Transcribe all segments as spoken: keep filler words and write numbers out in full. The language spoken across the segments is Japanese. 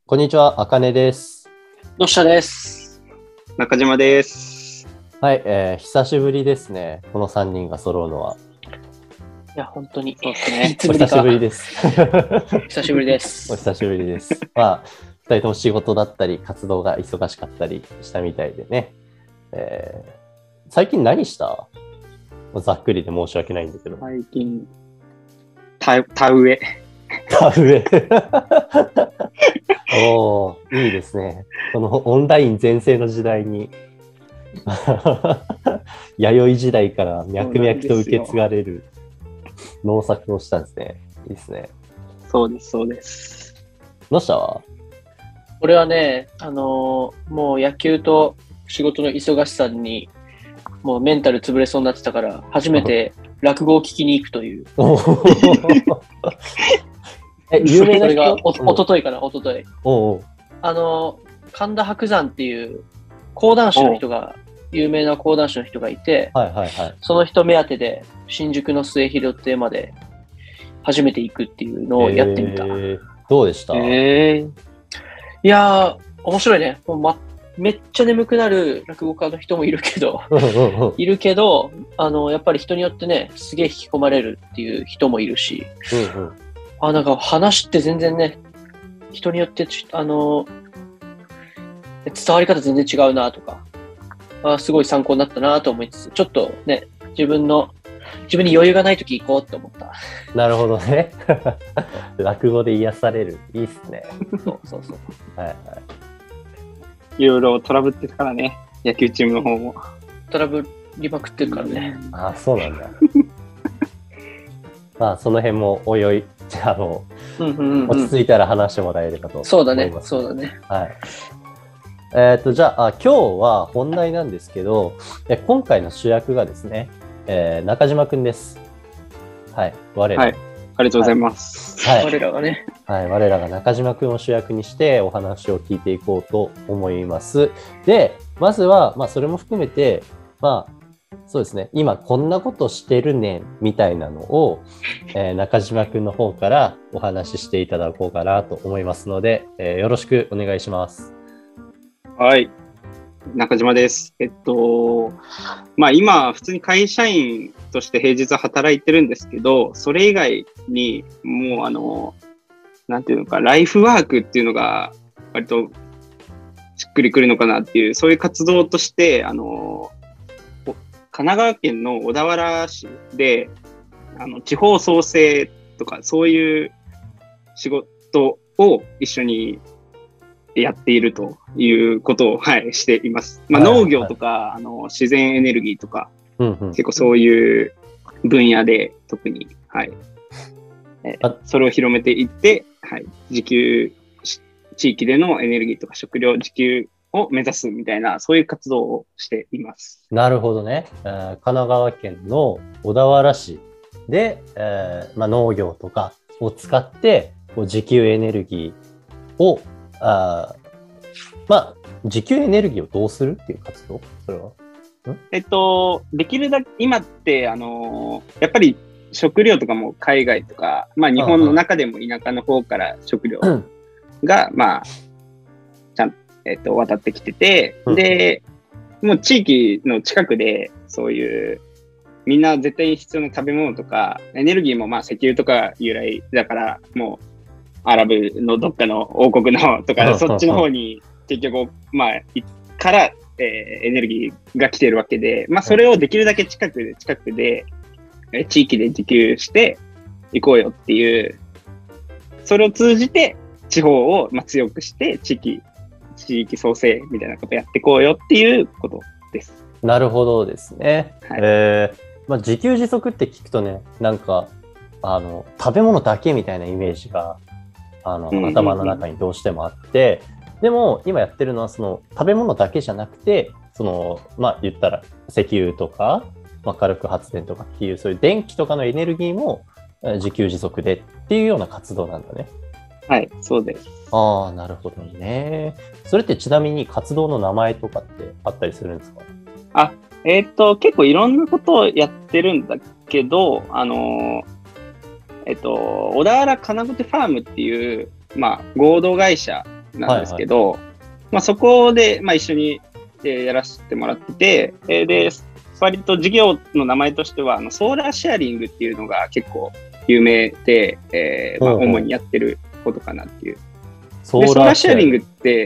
こんにちは、あかねです。 のっしゃです。 中島です。 はい、えー、久しぶりですね。このさんにんが揃うのは。 いや、本当に。 そうですね。 お久しぶりです。 久しぶりです。 お久しぶりです。まあ、ふたりとも仕事だったり、活動が忙しかったりしたみたいでね。えー、最近何した？ざっくりで申し訳ないんだけど。 最近、田、田植え。 田植え。おー、いいですね。このオンライン全盛の時代に、弥生時代から脈々と受け継がれる農作をしたんですね。いいですね。 そうです、そうです。 どうしたわ？ 俺はね、あのー、もう野球と仕事の忙しさに、もうメンタル潰れそうになってたから、初めて落語を聞きに行くという。え、有名な人？それがお、おとといかな、おととい。 おうおう。 あのー、神田伯山っていう講談師の人が、有名な講談師の人がいて、 はいはいはい。 その人目当てで新宿の末広亭まで初めて行くっていうのをやってみた。 えー、どうでした？ えー、いやー、面白いね。もうま、めっちゃ眠くなる落語家の人もいるけど、いるけど、あの、やっぱり人によってね、すげえ引き込まれるっていう人もいるし、 うんうん、 あ、なんか話って全然ね、人によってち、あの、伝わり方全然違うなとか、あ、すごい参考になったなと思いつつ、ちょっとね、自分の、自分に余裕がないとき行こうって思った。 なるほどね。落語で癒される。いいっすね。 そうそうそう。 はいはい。 いろいろトラブってたからね、野球チームの方も。 トラブりまくってるからね。 あ、そうなんだ。まあ、その辺もおいおい、じゃあ、あの、 うんうんうん、 落ち着いたら話してもらえればと思います。 そうだね、そうだね。 はい。えっと、じゃあ、今日は本題なんですけど、え今回の主役がですね、えー、中島くんです。はい。我ら。 はい。ありがとうございます。 はい。我らがね。 はい。我らが中島くんを主役にしてお話を聞いていこうと思います。で、まずは、まあ、それも含めて、まあ、そうですね。今こんなことしてるねんみたいなのを、えー、中島くんの方からお話ししていただこうかなと思いますので、えー、よろしくお願いします。 はい。中島です。えっと、まあ今、普通に会社員として平日は働いてるんですけど、それ以外にもうあの、なんていうのか、ライフワークっていうのが割としっくりくるのかなっていう、そういう活動として、あの、神奈川県の小田原市で、あの地方創生とかそういう仕事を一緒にやっているということを、はい、しています。まあ、農業とか、はいはい、あの自然エネルギーとか、うんうん、結構そういう分野で特に、はいえー、それを広めていって、はい、自給地域でのエネルギーとか食料自給を目指すみたいな、そういう活動をしています。 なるほどね。えー、神奈川県の小田原市で、えーまあ、農業とかを使ってこう自給エネルギーをあまあ、自給エネルギーをどうするっていう活動？それはえっと、できるだけ、今って、あのー、やっぱり食料とかも海外とか、まあ日本の中でも田舎の方から食料が、まあ、ちゃん、えっと、渡ってきてて、うん、で、もう地域の近くで、そういう、みんな絶対必要な食べ物とか、エネルギーもまあ石油とか由来だから、もう、アラブのどっかの王国のとか、そっちの方に結局、まあ、から、えー、エネルギーが来てるわけで、まあ、それをできるだけ近くで、近くで、えー、地域で自給していこうよっていう、それを通じて地方を、まあ、強くして、地域、地域創生みたいなことやっていこうよっていうことです。 なるほどですね。はい、えー、まあ、自給自足って聞くとね、なんか、あの、食べ物だけみたいなイメージが、あの、頭の中にどうしてもあって、でも今やってるのはその食べ物だけじゃなくて、そのまあ言ったら石油とか、まあ、火力発電とかっていうそういう電気とかのエネルギーも自給自足でっていうような活動なんだね。 はい、そうです。 ああ、なるほどね。それってちなみに活動の名前とかってあったりするんですか？ あ、えっと結構いろんなことをやってるんだけど、あのえっと小田原金具手ファームっていうまあ合同会社なんですけど、はいはい、まあ、そこで、まあ、一緒に、えー、やらせてもらってて、えー、で、割と事業の名前としては、あのソーラーシェアリングっていうのが結構有名で、えーまあ、主にやってることかなっていう。ソーラーシェアリングって、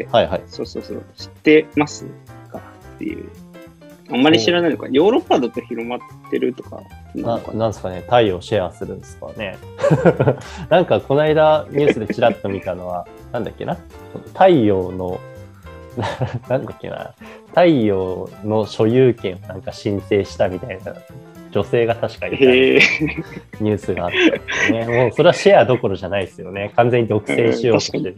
はいはい、そうそうそう、知ってますかっていう。あんまり知らないのか。ヨーロッパだと広まってるとかな。なんですかね、太陽シェアするんですかね。なんかこの間ニュースでちらっと見たのは、なんだっけな、太陽の、なんだっけな、太陽の所有権をなんか申請したみたいな女性が確かいたニュースがあったんですよね。もうそれはシェアどころじゃないですよね。完全に独占しようとしてる。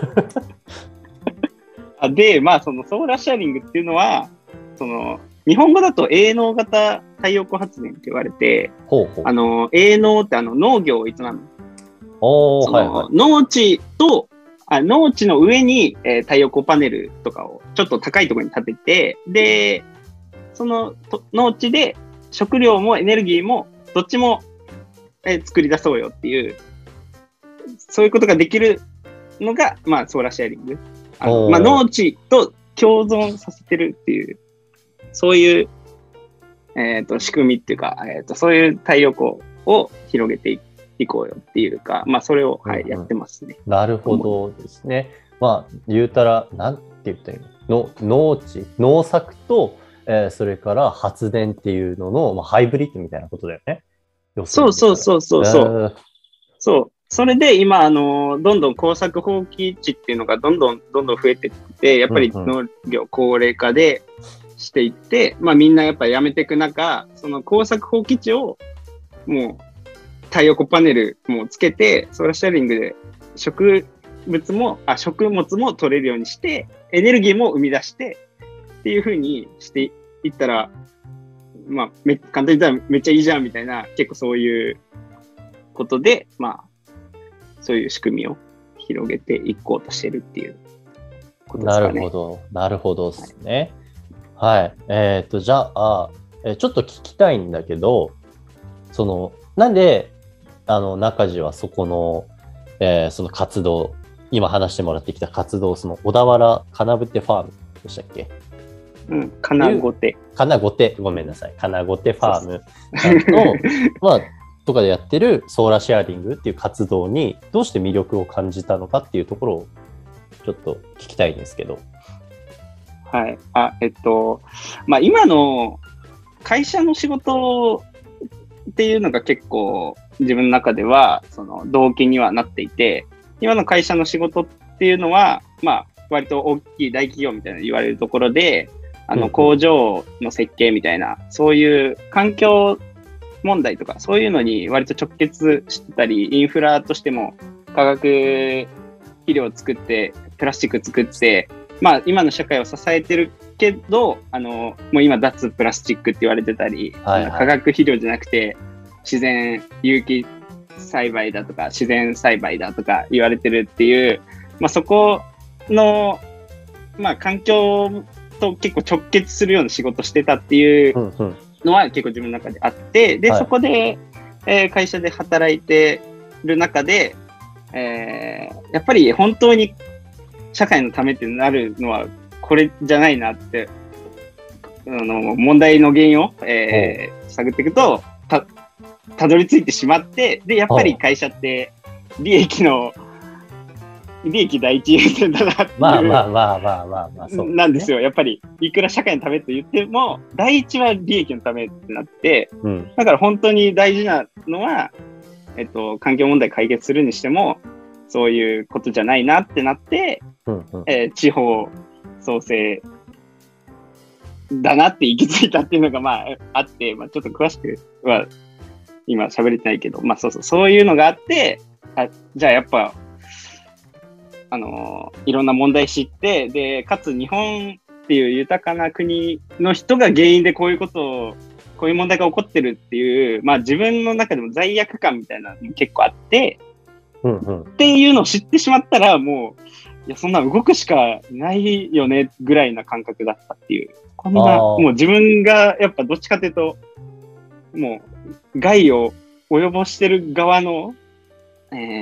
で、まあそのソーラーシェアリングっていうのは、その日本語だと営農型太陽光発電って言われて、ほうほう、あの営農ってあの農業を営む。おー、はいはい、農地とあ農地の上に、えー、太陽光パネルとかをちょっと高いところに立てて、で、その農地で食料もエネルギーもどっちも、えー、作り出そうよっていう、そういうことができるのが、まあ、ソーラーシェアリング。あのまあ、農地と共存させてるっていう、そういう、えー、と仕組みっていうか、えー、とそういう太陽光を広げていく。いこうよっていうか、まあそれを、はい、うんうん、やってますね。 なるほどですね。まあ言うたら、なんて言ったらいいの、農地、農作と、えー、それから発電っていうのの、まあ、ハイブリッドみたいなことだよね。 そうそうそうそうそう。えー、そう。それで今、あの、どんどん耕作放棄地っていうのがどんどんどんどん増えてきて、やっぱり農業高齢化でしていって、うんうん、まあみんなやっぱりやめていく中、その耕作放棄地をもう、太陽光パネルもつけて、ソーラーシェアリングで植物も、あ、食物も取れるようにして、エネルギーも生み出して、っていう風にしていったら、まあ、め簡単に言ったらめっちゃいいじゃんみたいな、結構そういうことで、まあ、そういう仕組みを広げていこうとしてるっていうことですかね。 なるほど、なるほどですね。はい。はい、えっと、じゃあ、えちょっと聞きたいんだけど、その、なんで、あの中地はそこの、えー、その活動、今話してもらってきた活動、その小田原金ぶてファームでしたっけ？ うん、金ごて。 金ごて、ごめんなさい。金ごてファームの、まあ、とかでやってるソーラーシェアリングっていう活動にどうして魅力を感じたのかっていうところをちょっと聞きたいんですけど。 はい。あ、えっと、まあ今の会社の仕事っていうのが結構、自分の中ではその動機にはなっていて、今の会社の仕事っていうのは、まあ、割と大きい大企業みたいな言われるところで、あの工場の設計みたいな、そういう環境問題とか、そういうのに割と直結してたり、インフラとしても化学肥料を作って、プラスチック作って、まあ、今の社会を支えてるけど、あのもう今脱プラスチックって言われてたり、はいはい、化学肥料じゃなくて、自然有機栽培だとか自然栽培だとか言われてるっていう、まあ、そこの、まあ、環境と結構直結するような仕事してたっていうのは結構自分の中であって、で、はい、そこで、えー、会社で働いてる中で、えー、やっぱり本当に社会のためってなるのはこれじゃないなって、あの問題の原因を、えー、探っていくと、たたどり着いてしまって、で、やっぱり会社って利益の、利益第一優先だなっていう。 まあまあまあまあまあまあ、 そう、ね。なんですよ。やっぱり、いくら社会のためと言っても、第一は利益のためってなって、うん、だから本当に大事なのは、えっと、環境問題解決するにしても、そういうことじゃないなってなって、うんうん、えー、地方創生だなって行き着いたっていうのが、まあ、あって、まあ、ちょっと詳しくは、今喋れてないけど、まあそうそう、そういうのがあって、あ、じゃあやっぱ、あのー、いろんな問題知って、で、かつ日本っていう豊かな国の人が原因でこういうことを、こういう問題が起こってるっていう、まあ自分の中でも罪悪感みたいなのも結構あって、うんうん、っていうのを知ってしまったら、もう、いや、そんな動くしかないよね、ぐらいな感覚だったっていう。こんな、もう自分がやっぱどっちかというと、もう、害を及ぼしてる側の、えー、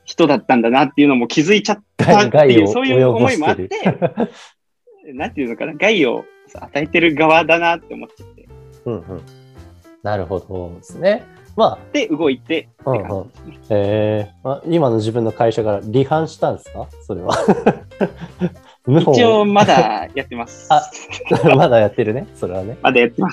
人だったんだなっていうのも気づいちゃったっていう、そういう思いもあって、なんていうのかな、害を与えてる側だなって思っちゃって。 うんうん。なるほどですね。まあ。 で、動いて、 うんうん。えー、まあ、今の自分の会社から離反したんですかそれは。 一応まだやってます。 あ、まだやってるね。それはね。 まだやってます。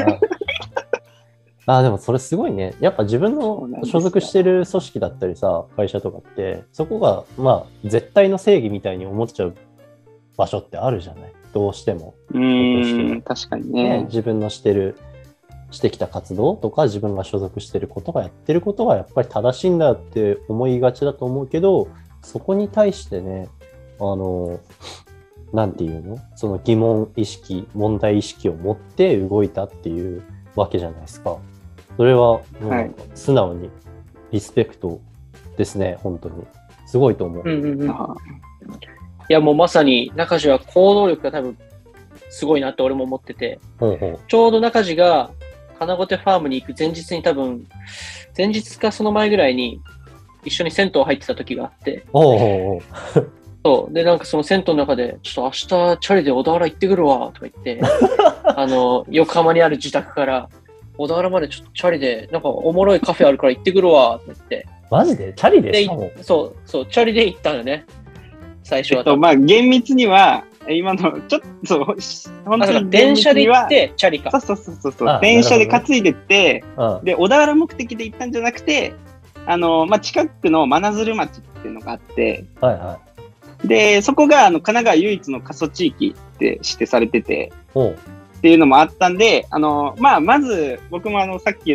ああ、でもそれすごいね。やっぱ自分の所属してる組織だったりさ、会社とかって、そこが、まあ、絶対の正義みたいに思っちゃう場所ってあるじゃない。どうしても。 うーん、確かにね。 ね、自分のしてる、してきた活動とか、自分が所属してることがやってることがやっぱり正しいんだって思いがちだと思うけど、そこに対してね、あの、なんていうの？その疑問意識、問題意識を持って動いたっていうわけじゃないですか。それはもうなんか素直にリスペクトですね、はい、本当に。すごいと思う。うんうんうん、いやもうまさに中地は行動力が多分すごいなって俺も思ってて、ほうほうちょうど中地が金子手ファームに行く前日に多分、前日かその前ぐらいに一緒に銭湯入ってた時があって、ほうほうそうでなんかその銭湯の中でちょっと明日チャリで小田原行ってくるわとか言ってあの横浜にある自宅から小田原までちょっとチャリで、なんかおもろいカフェあるから行ってくるわって言って。 マジでチャリでそう、そう、チャリで行ったのね。最初は。 えっと、まあ、厳密には、今の、ちょっと、 本当に電車で行って、チャリか。 そうそうそうそう。電車で担いでって、で、小田原目的で行ったんじゃなくて、あの、まあ、近くの真鶴町っていうのがあって、はいはい。で、そこが、あの、神奈川唯一の過疎地域って指定されてて、っていうのもあったんで、あの、まあ、まず、僕もあの、さっき言った、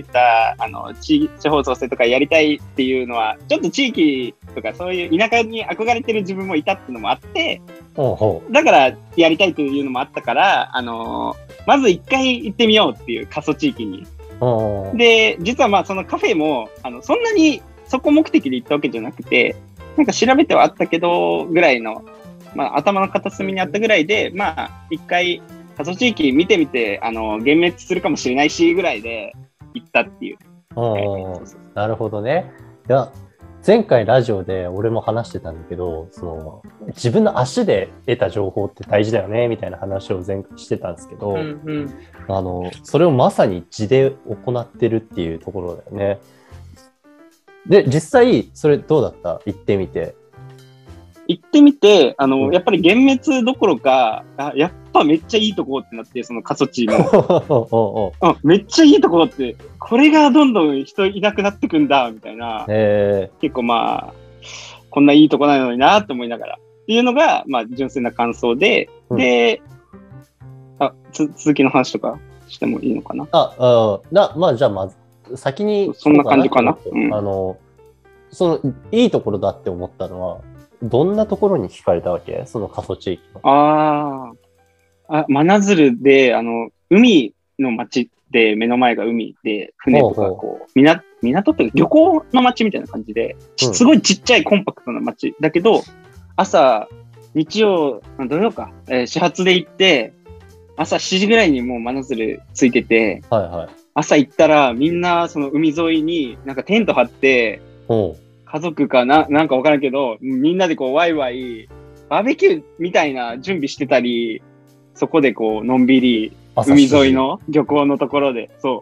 あの、地地方創生とかやりたいっていうのは、ちょっと地域とかそういう田舎に憧れてる自分もいたっていうのもあって、ほうほうだからやりたいというのもあったから、あの、まず一回行ってみようっていう過疎地域に。で、実はまあ、そのカフェも、あの、そんなにそこ目的で行ったわけじゃなくて、なんか調べてはあったけど、ぐらいの、まあ、頭の片隅にあったぐらいで、まあ、一回、過疎地域見てみて、あの、幻滅するかもしれないし、ぐらいで行ったっていう。 なるほどね。いや、前回ラジオで俺も話してたんだけど、その、自分の足で得た情報って大事だよね、みたいな話を前回してたんですけど、うんうん、あの、それをまさに地で行ってるっていうところだよね。で、実際、それどうだった？行ってみて。 行ってみて、あの、うん、やっぱり幻滅どころか、あ、やっぱめっちゃいいとこってなって、その過疎地も。あ、めっちゃいいとこって、これがどんどん人いなくなってくんだ、みたいな。結構まあ、こんないいとこなのになって思いながら。っていうのが、まあ、純粋な感想で、うん、で、あ、つ、続きの話とかしてもいいのかな？ あ、あな、まあ、じゃあまず、先に。 そんな感じかな。 うん、あの、その、いいところだって思ったのは、どんなところに惹かれたわけ？その過疎地域の。 ああ、真鶴で、あの、海の町で、目の前が海で、船とかこう、港、港って旅行の町みたいな感じで、うん、すごいちっちゃいコンパクトな町。だけど、朝、日曜、土曜か、えー、始発で行って、朝しちじぐらいにもう真鶴ついてて、はいはい、朝行ったらみんなその海沿いになんかテント張って、家族かな、なんかわからんけど、みんなでこうワイワイ、バーベキューみたいな準備してたり、そこでこう、のんびり、海沿いの漁港のところで、そう。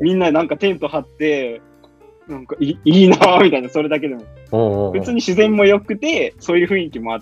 みんななんかテント張って、なんかいいいなぁ、みたいな、それだけでも。普通に自然も良くて、そういう雰囲気もあって、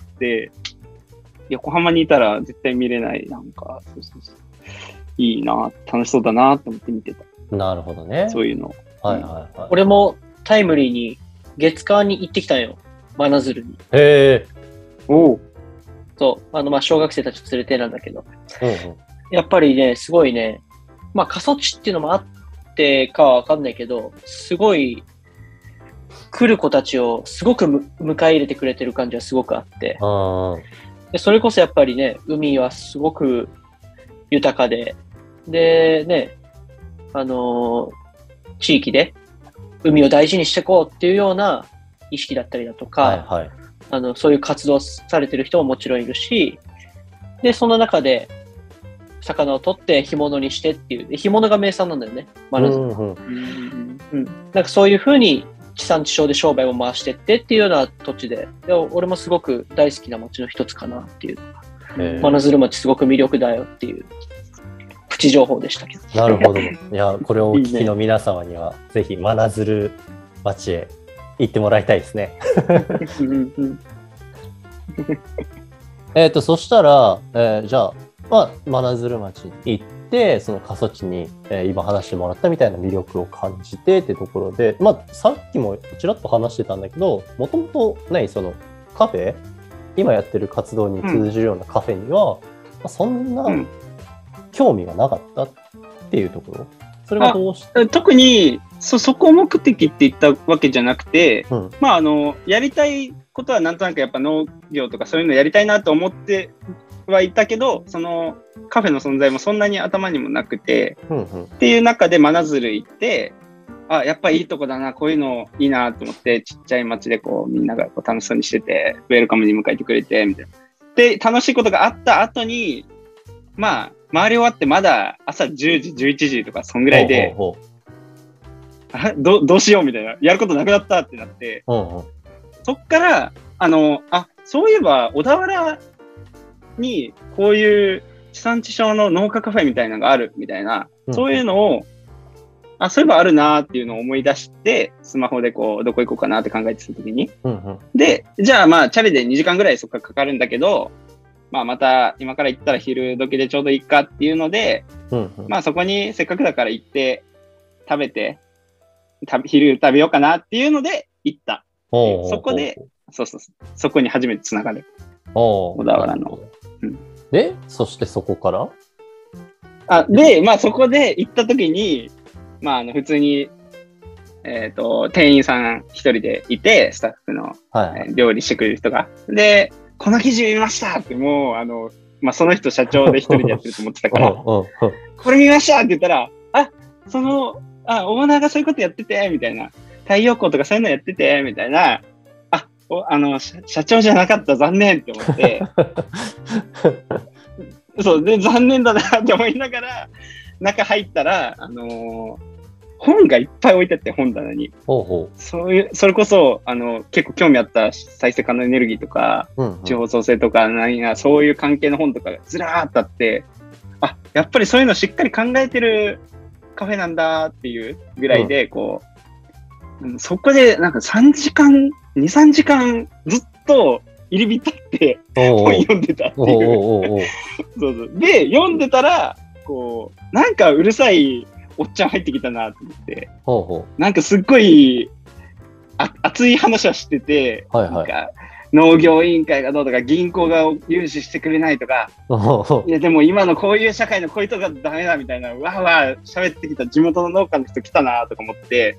横浜にいたら絶対見れない、なんか、そうそうそう。いいなぁ、楽しそうだなぁと思って見てた。 なるほどね。 そういうの。 はいはいはい。俺もタイムリーに、月火に行ってきたんよ。真鶴に。 へえ。 おう。そう。あの、まあ、小学生たち連れてなんだけど。うんうん、やっぱりね、すごいね、まあ、過疎地っていうのもあってかはわかんないけど、すごい、来る子たちをすごく迎え入れてくれてる感じはすごくあって。で、それこそやっぱりね、海はすごく豊かで、で、ね、あのー、地域で、海を大事にしていこうっていうような意識だったりだとか、はいはい、あのそういう活動されてる人ももちろんいるし、でその中で魚を取って干物にしてっていう、干物が名産なんだよね、真鶴。うんうんうんうん、なんかそういう風に地産地消で商売を回してってっていうような土地で、いや俺もすごく大好きな町の一つかなっていう。 えー、 真鶴町すごく魅力だよっていうプチ情報でしたけど。 なるほど。いや、これをお聞きの皆様には、いいね、ぜひ真鶴町へ行ってもらいたいですね。 うんうん、 えっと、そしたら、えー、じゃあ、まあ、真鶴町に行って、その過疎地に、えー、今話してもらったみたいな魅力を感じてってところで、まあ、さっきもちらっと話してたんだけど、もともとね、そのカフェ、今やってる活動に通じるようなカフェには、うん、まあ、そんな興味がなかったっていうところ。それはどうして？ 特に そ, そこを目的って言ったわけじゃなくて、うん、まああのやりたいことはなんとなくやっぱ農業とかそういうのやりたいなと思ってはいたけど、そのカフェの存在もそんなに頭にもなくて、うんうん、っていう中で真鶴行って、あ、やっぱいいとこだな、こういうのいいなと思って、ちっちゃい町でこうみんながこう楽しそうにしてて、ウェルカムに迎えてくれてみたいな。で、楽しいことがあった後に、まあ回り終わってまだ朝じゅうじ、じゅういちじとかそんぐらいで、ほうほうほう、あ、ど, どうしようみたいな、やることなくなったってなって、ほうほう、そっからあのあそういえば小田原にこういう地産地消の農家カフェみたいなのがあるみたいな、うん、そういうのをあそういえばあるなーっていうのを思い出して、スマホでこうどこ行こうかなって考えてた時に、うんうん、でじゃあまあチャリでにじかんぐらいそっからかかるんだけど、まあまた今から行ったら昼時でちょうどいいかっていうので、うんうん、まあそこにせっかくだから行って食べてた昼食べようかなっていうので行った。そこでそうそうそうそこに初めてつながる。小田原の。 うん、でそしてそこからあでまあそこで行った時にまああの普通にえっ、ー、と店員さん一人でいてスタッフの、はい、料理してくれる人がでこの記事見ましたってもうあのまあその人社長で一人でやってると思ってたからこれ見ましたって言ったらあそのあオーナーがそういうことやっててみたいな太陽光とかそういうのやっててみたいなあおあの社長じゃなかった残念って思ってそうで残念だなって思いながら中入ったらあのー、本がいっぱい置いてあって本棚にほうほうそういうそれこそあの結構興味あった再生可能エネルギーとか、うんうん、地方創生とか何やそういう関係の本とかがずらーっとあってあやっぱりそういうのしっかり考えてるカフェなんだっていうぐらいでこう、うん、そこでなんかさんじかんにさんじかんずっと入り浸って本読んでたっていうそうそうで読んでたらこうなんかうるさいおっちゃん入ってきたなと思ってほうほうなんかすっごいあ熱い話はしてて、はいはい、なんか農業委員会がどうとか銀行が融資してくれないとかいやでも今のこういう社会のこういうとこがダメだみたいなわーわー喋ってきた地元の農家の人来たなとか思って、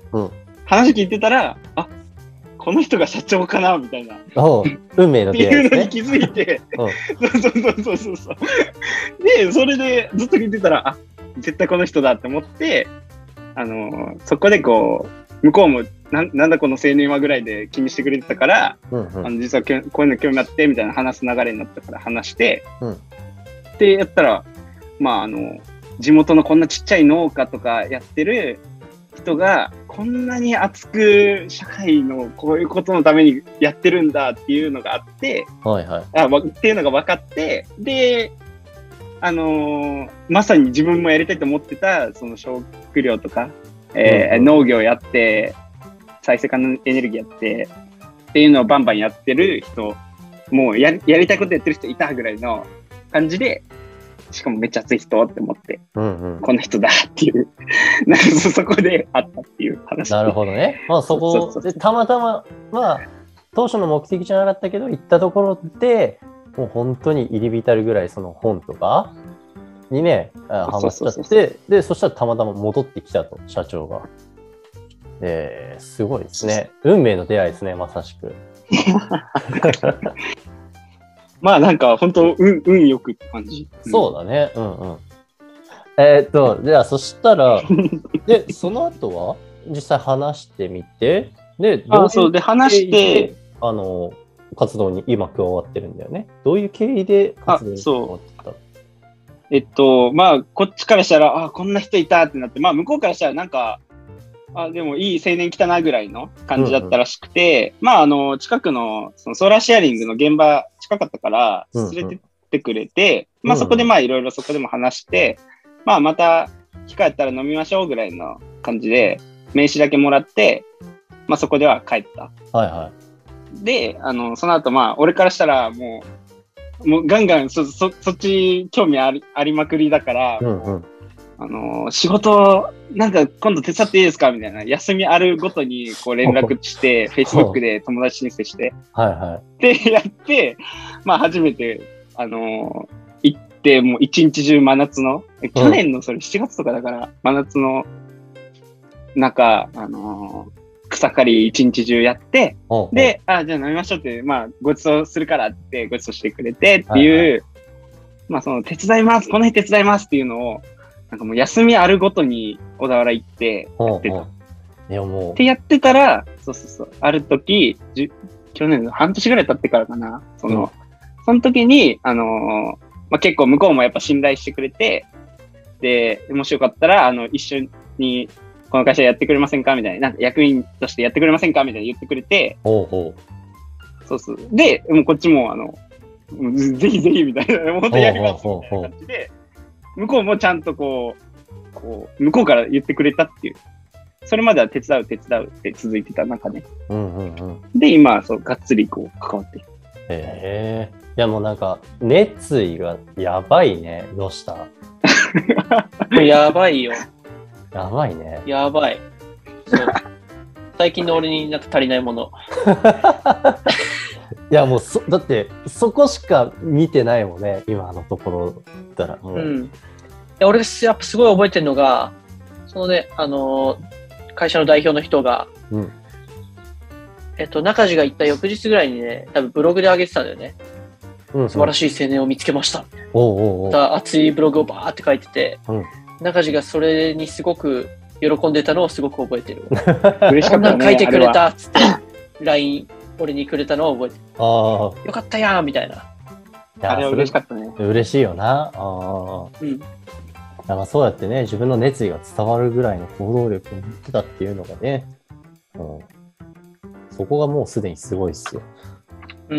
うん、話聞いてたらあこの人が社長かなみたいな運命の出会いですねっていうのに気づいてそうそうそうそうそうでそれでずっと聞いてたらあ絶対この人だって思ってあのー、そこでこう向こうもな ん, なんだこの青年はぐらいで気にしてくれてたから、うんうん、あの実はこういうの興味あってみたいな話す流れになったから話して、うん、でやったらまああの地元のこんなちっちゃい農家とかやってる人がこんなに熱く社会のこういうことのためにやってるんだっていうのがあって、はいはい、あっていうのが分かってであのー、まさに自分もやりたいと思ってたその食料とか、えーうんうん、農業やって再生可能エネルギーやってっていうのをバンバンやってる人もう や, やりたいことやってる人いたぐらいの感じでしかもめっちゃ熱い人って思って、うんうん、この人だっていうなんかそこであったっていう話。 なるほどね。まあそこでたまたままあ当初の目的じゃなかったけど行ったところでもう本当に入り浸るぐらいその本とかにねハマっちゃってでそしたらたまたま戻ってきたと社長が。えー、すごいですね。運命の出会いですねまさしく。 まあなんか本当運運よくって感じ。 そうだね。うんうん。えー、っとじゃあそしたらでその後は実際話してみてでどういうあそうで話してあの活動に今加わってるんだよね。どういう経緯で活動に加わってた？ えっとまあこっちからしたらあこんな人いたってなってまあ向こうからしたらなんかあ、でもいい青年来たなぐらいの感じだったらしくて、うんうん、まあ、あの、近くのそのソーラーシェアリングの現場近かったから、連れてってくれて、うんうん、まあ、そこでまあ、いろいろそこでも話して、まあ、また、機会あったら飲みましょうぐらいの感じで、名刺だけもらって、まあ、そこでは帰った。 はいはい。 で、あの、その後、まあ、俺からしたら、もう、もうガンガンそ、そ、そっち興味あり、ありまくりだから、 うんうん、 あの、仕事、なんか今度手伝っていいですかみたいな、休みあるごとにこう連絡して、Facebook で友達申請して、 はいはい。 で、やって、まあ、初めて、あの、行って、もう一日中真夏の、去年のそれしちがつとかだから、うん、真夏の中、あの、草刈り一日中やって、 おうおうで、あ、じゃあ飲みましょうって、まあ、ごちそうするからってごちそうしてくれてっていう、はいはい、まあ、その、手伝います、この日手伝いますっていうのを、なんかもう休みあるごとに小田原行ってやってた。 おうおういやもうってやってたら、そうそうそう、ある時、じ去年の半年ぐらい経ってからかな、その、うん、その時に、あのー、まあ、結構向こうもやっぱ信頼してくれて、で、もしよかったら、あの、一緒に、この会社やってくれませんかみたいな、なんか役員としてやってくれませんかみたいな言ってくれて、 おうおうそうそう。で、もうこっちも、あの、ぜひぜひみたいな、本当にやりますみたいな感じで、向こうもちゃんとこう、こう、向こうから言ってくれたっていう。それまでは手伝う手伝うって続いてた中で。 うんうんうん。 で、今、そう、がっつりこう、関わってる。 へえ。いやもうなんか、熱意がやばいね、どうしたやばいよ。 やばいね。 やばい。そう最近の俺になんか足りないもの。 いやもうそ、だって、そこしか見てないもんね、今のところだったら。 もううん。いや俺がやっぱすごい覚えてるのが、そのね、あのー、会社の代表の人が、 うん、 えっと、中地が行った翌日ぐらいにね、多分ブログで上げてたんだよね。うんうん、素晴らしい青年を見つけました。 おうおうおう熱いブログをバーって書いてて、うん、中地がそれにすごく喜んでたのをすごく覚えてる。 嬉しかったね。こんなん書いてくれたっつって、ライン 俺にくれたのを覚えてる。 あよかったやんみたいな。 いやあれは嬉しかったね。 嬉しいよな。あうん。まあそうやってね、自分の熱意が伝わるぐらいの行動力を持ってたっていうのがね、うん、そこがもうすでにすごいっすよ。 うん。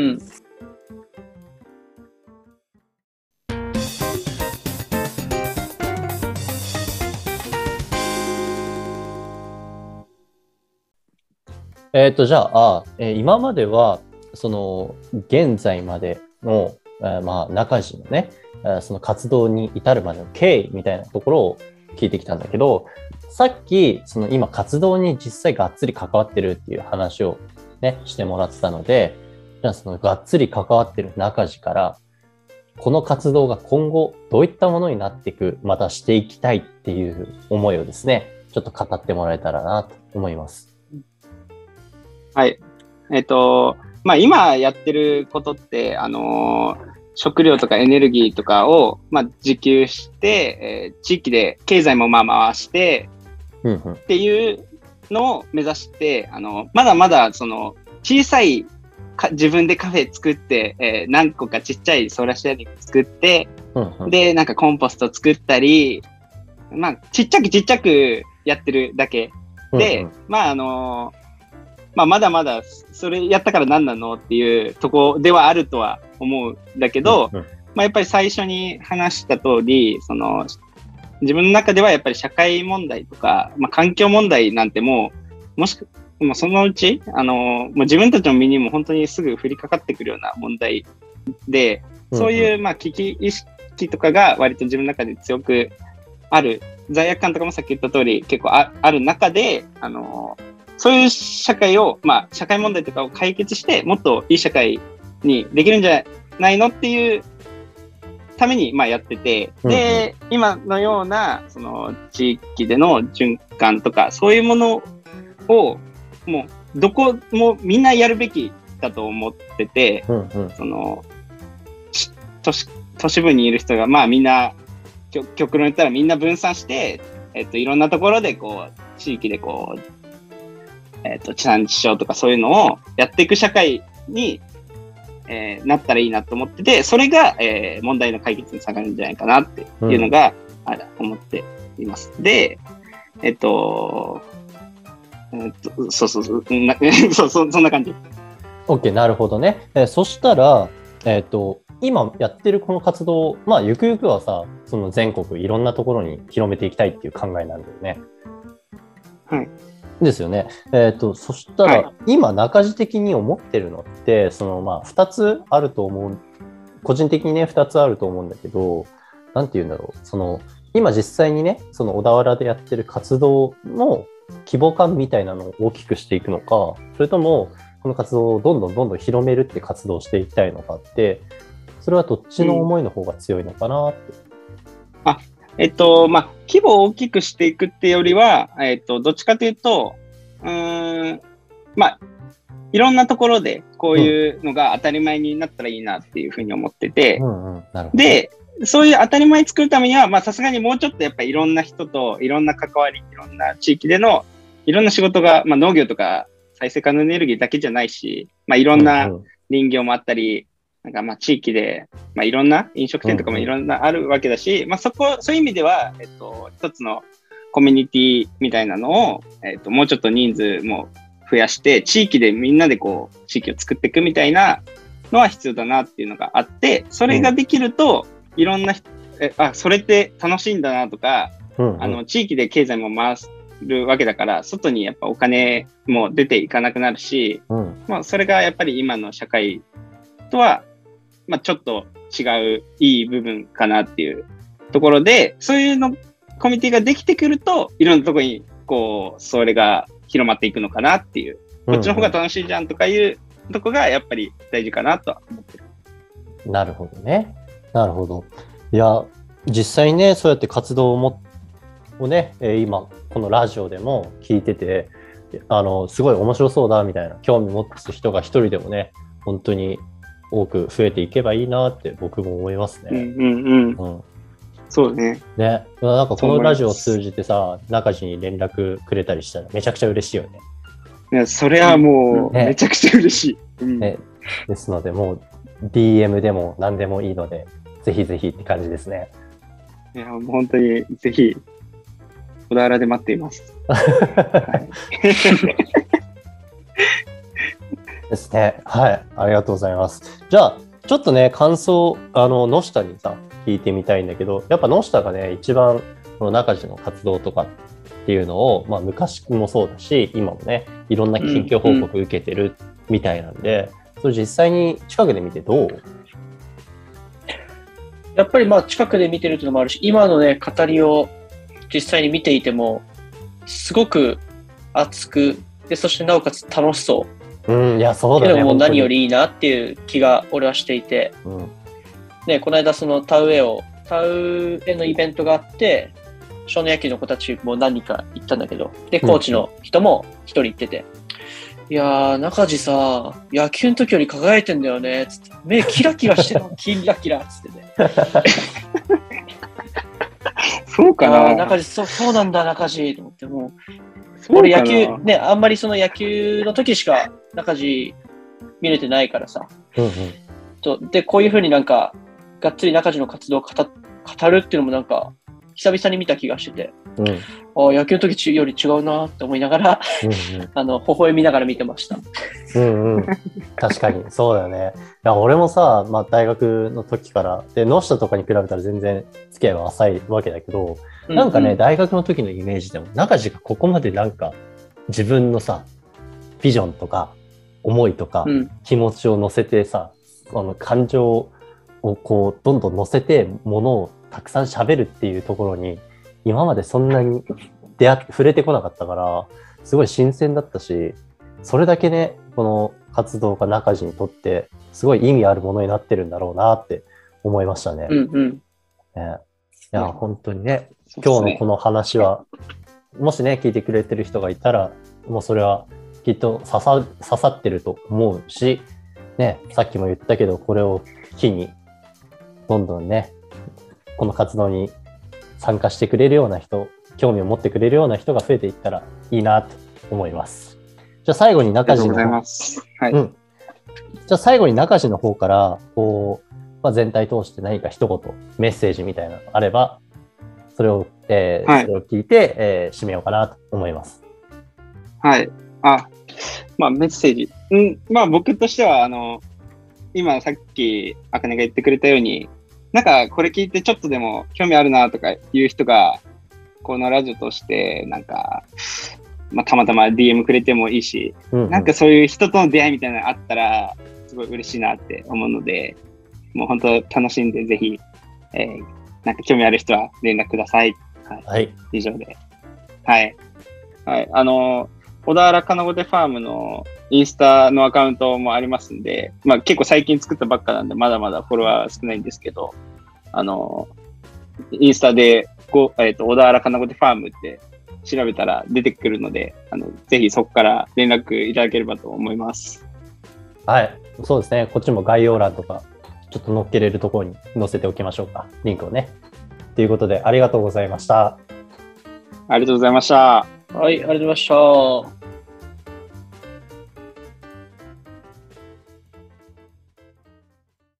えっと、じゃあ、えー、今までは、その、現在までの、えー、まあ、中地のね、えー、その活動に至るまでの経緯みたいなところを聞いてきたんだけど、さっき、その今活動に実際がっつり関わってるっていう話をね、してもらってたので、じゃあそのがっつり関わってる中地から、この活動が今後どういったものになっていく、またしていきたいっていう思いをですね、ちょっと語ってもらえたらなと思います。 はい。えっと、まあ今やってることって、あのー、食料とかエネルギーとかを、まあ、自給して、えー、地域で経済もまあ回して、 うんうん、 っていうのを目指して、あの、まだまだその小さいか自分でカフェ作って、えー、何個かちっちゃいソーラーシェアリング作って、 うんうん、で、 なんかコンポスト作ったり、まあ、ちっちゃくちっちゃくやってるだけで、うんうん、まああのー、まあ、まだまだそれやったから何なのっていうとこではあるとは思うんだけど、うんうん、まあ、やっぱり最初に話した通り、その自分の中ではやっぱり社会問題とか、まあ、環境問題なんてもう、もしくもうそのうち、あの、もう自分たちの身にも本当にすぐ降りかかってくるような問題で、そういう、まあ、危機意識とかが割と自分の中で強くある、罪悪感とかもさっき言った通り結構 あ, ある中で、あの、そういう社会を、まあ、社会問題とかを解決して、もっといい社会にできるんじゃないのっていうために、まあ、やってて、で、うんうん、今のような、その、地域での循環とか、そういうものを、もう、どこもみんなやるべきだと思ってて、 うんうん、 その、都市、都市部にいる人が、まあ、みんな、極論言ったらみんな分散して、えっと、いろんなところで、こう、地域でこう、えっと、地産地消とかそういうのをやっていく社会に、えー、なったらいいなと思ってて、それが、えー、問題の解決につながるんじゃないかなっていうのが、うん、あ思っています。で、えっと、 えー、っとそうそうそうなそうそうそんな感じ。 OK、なるほどね。えー、そしたら、えっと、今やってるこの活動、まあ、ゆくゆくはさ、その全国いろんなところに広めていきたいっていう考えなんだよね。 はい。 ですよね。えっと、そしたら、はい、今、中地的に思ってるのって、その、まあ、ふたつあると思う。個人的にね、ふたつあると思うんだけど、なんて言うんだろう。その、今実際にね、その小田原でやってる活動の規模感みたいなのを大きくしていくのか、それとも、この活動をどんどんどんどん広めるって活動をしていきたいのかって、それはどっちの思いの方が強いのかなって。うん、 あ、えっと、まあ、規模を大きくしていくってよりは、えっと、どっちかというと、うーん、まあ、いろんなところでこういうのが当たり前になったらいいなっていうふうに思ってて、 うんうん、なるほど。 で、そういう当たり前作るためには、まあ、さすがにもうちょっとやっぱりいろんな人といろんな関わり、いろんな地域でのいろんな仕事が、まあ、農業とか再生可能エネルギーだけじゃないし、まあ、いろんな林業もあったり、なんかまあ地域で、まあ、いろんな飲食店とかもいろんなあるわけだし、うんうん、まあ、そこ、そういう意味では、えっと、一つのコミュニティみたいなのを、えっと、もうちょっと人数も増やして、地域でみんなでこう、地域を作っていくみたいなのは必要だなっていうのがあって、それができると、いろんな人、え、あ、それって楽しいんだなとか、うんうん、あの、地域で経済も回るわけだから、外にやっぱお金も出ていかなくなるし、うん、まあ、それがやっぱり今の社会とは、まあ、ちょっと違ういい部分かなっていうところで、そういうの、コミュニティができてくると、いろんなところに、こう、それが広まっていくのかなっていう、こっちの方が楽しいじゃんとかいうとこがやっぱり大事かなとは思ってる。 なるほどね。なるほど。いや、実際にね、そうやって活動をもをね、今、このラジオでも聞いてて、あの、すごい面白そうだみたいな、興味持つ人が一人でもね、本当に多く増えていけばいいなって僕も思いますね。 うんうんうん。うん、そうね。 ね。なんかこのラジオを通じてさ、中地に連絡くれたりしたらめちゃくちゃ嬉しいよね。 いや、それはもう、めちゃくちゃ嬉しい。 うんね、ですので、もう ディーエム でも何でもいいので、ぜひぜひって感じですね。 いや、もう本当にぜひ、小田原で待っています。はいですね。はい。ありがとうございます。じゃあ、ちょっとね、感想、あの、野下にさ、聞いてみたいんだけど、やっぱ野下がね、一番、この中地の活動とかっていうのを、まあ、昔もそうだし、今もね、いろんな近況報告受けてるみたいなんで、うんうん、それ実際に近くで見てどう？ やっぱりまあ、近くで見てるっていうのもあるし、今のね、語りを実際に見ていても、すごく熱く、で、そしてなおかつ楽しそう。 うん、いや、そうだね。 でも何よりいいなっていう気が俺はしていて、うん、ね、この間その田植えを、田植えのイベントがあって、少年野球の子たちも何人か行ったんだけど、で、コーチの人も一人行ってて、うん、いやー、中地さ、野球の時より輝いてんだよね、つって、目キラキラしてるの、キラキラ、つってね。 そうかな。 中地、そう、そうなんだ、中地、と思って、もう、俺野球、ね、あんまりその野球の時しか中地見れてないからさ。うんうん、とで、こういうふうになんか、がっつり中地の活動を語、語るっていうのもなんか、久々に見た気がしてて、うん、あ野球の時より違うなって思いながら、うんうん、あの、微笑みながら見てました。 うんうん。確かに、そうだよね。いや、俺もさ、まあ大学の時から、で、野下とかに比べたら全然付き合いは浅いわけだけど、なんかね、うんうん、大学の時のイメージでも、中地がここまでなんか、自分のさ、ビジョンとか、思いとか、うん、気持ちを乗せてさ、あの感情をこう、どんどん乗せて、ものをたくさん喋るっていうところに、今までそんなに出会って、触れてこなかったから、すごい新鮮だったし、それだけね、この活動が中地にとって、すごい意味あるものになってるんだろうなって思いましたね。 うんうん。 ね、いや、本当にね、今日のこの話は、もしね、聞いてくれてる人がいたら、もうそれはきっと刺さ、刺さってると思うし、ね、さっきも言ったけど、これを機に、どんどんね、この活動に参加してくれるような人、興味を持ってくれるような人が増えていったらいいなと思います。じゃあ最後に中地の、ありがとうございます。はい。うん。じゃあ最後に中地の方から、こう、まあ、全体通して何か一言、メッセージみたいなのがあれば、それを、えーはい、それを聞いて、えー、締めようかなと思います。 はい。あ、まあメッセージ。うん、まあ僕としては、あの、今さっき、あかねが言ってくれたように、なんかこれ聞いてちょっとでも興味あるなとかいう人が、このラジオとして、なんか、まあたまたま ディーエム くれてもいいし、 うんうん、 なんかそういう人との出会いみたいなのあったら、すごい嬉しいなって思うので、もう本当楽しんでぜひ、えー、なんか興味ある人は連絡ください。はい。 はい、 以上で。はい。はい。あの、小田原かなごでファームのインスタのアカウントもありますんで、まあ結構最近作ったばっかなんで、まだまだフォロワー少ないんですけど、あの、インスタで、こう、えっと、小田原かなごでファームって調べたら出てくるので、あの、ぜひそこから連絡いただければと思います。 はい、そうですね。こっちも概要欄とか、ちょっと載っけれるところに載せておきましょうか。リンクをね。ということで、ありがとうございました。 ありがとうございました。 はい、ありがとうございました。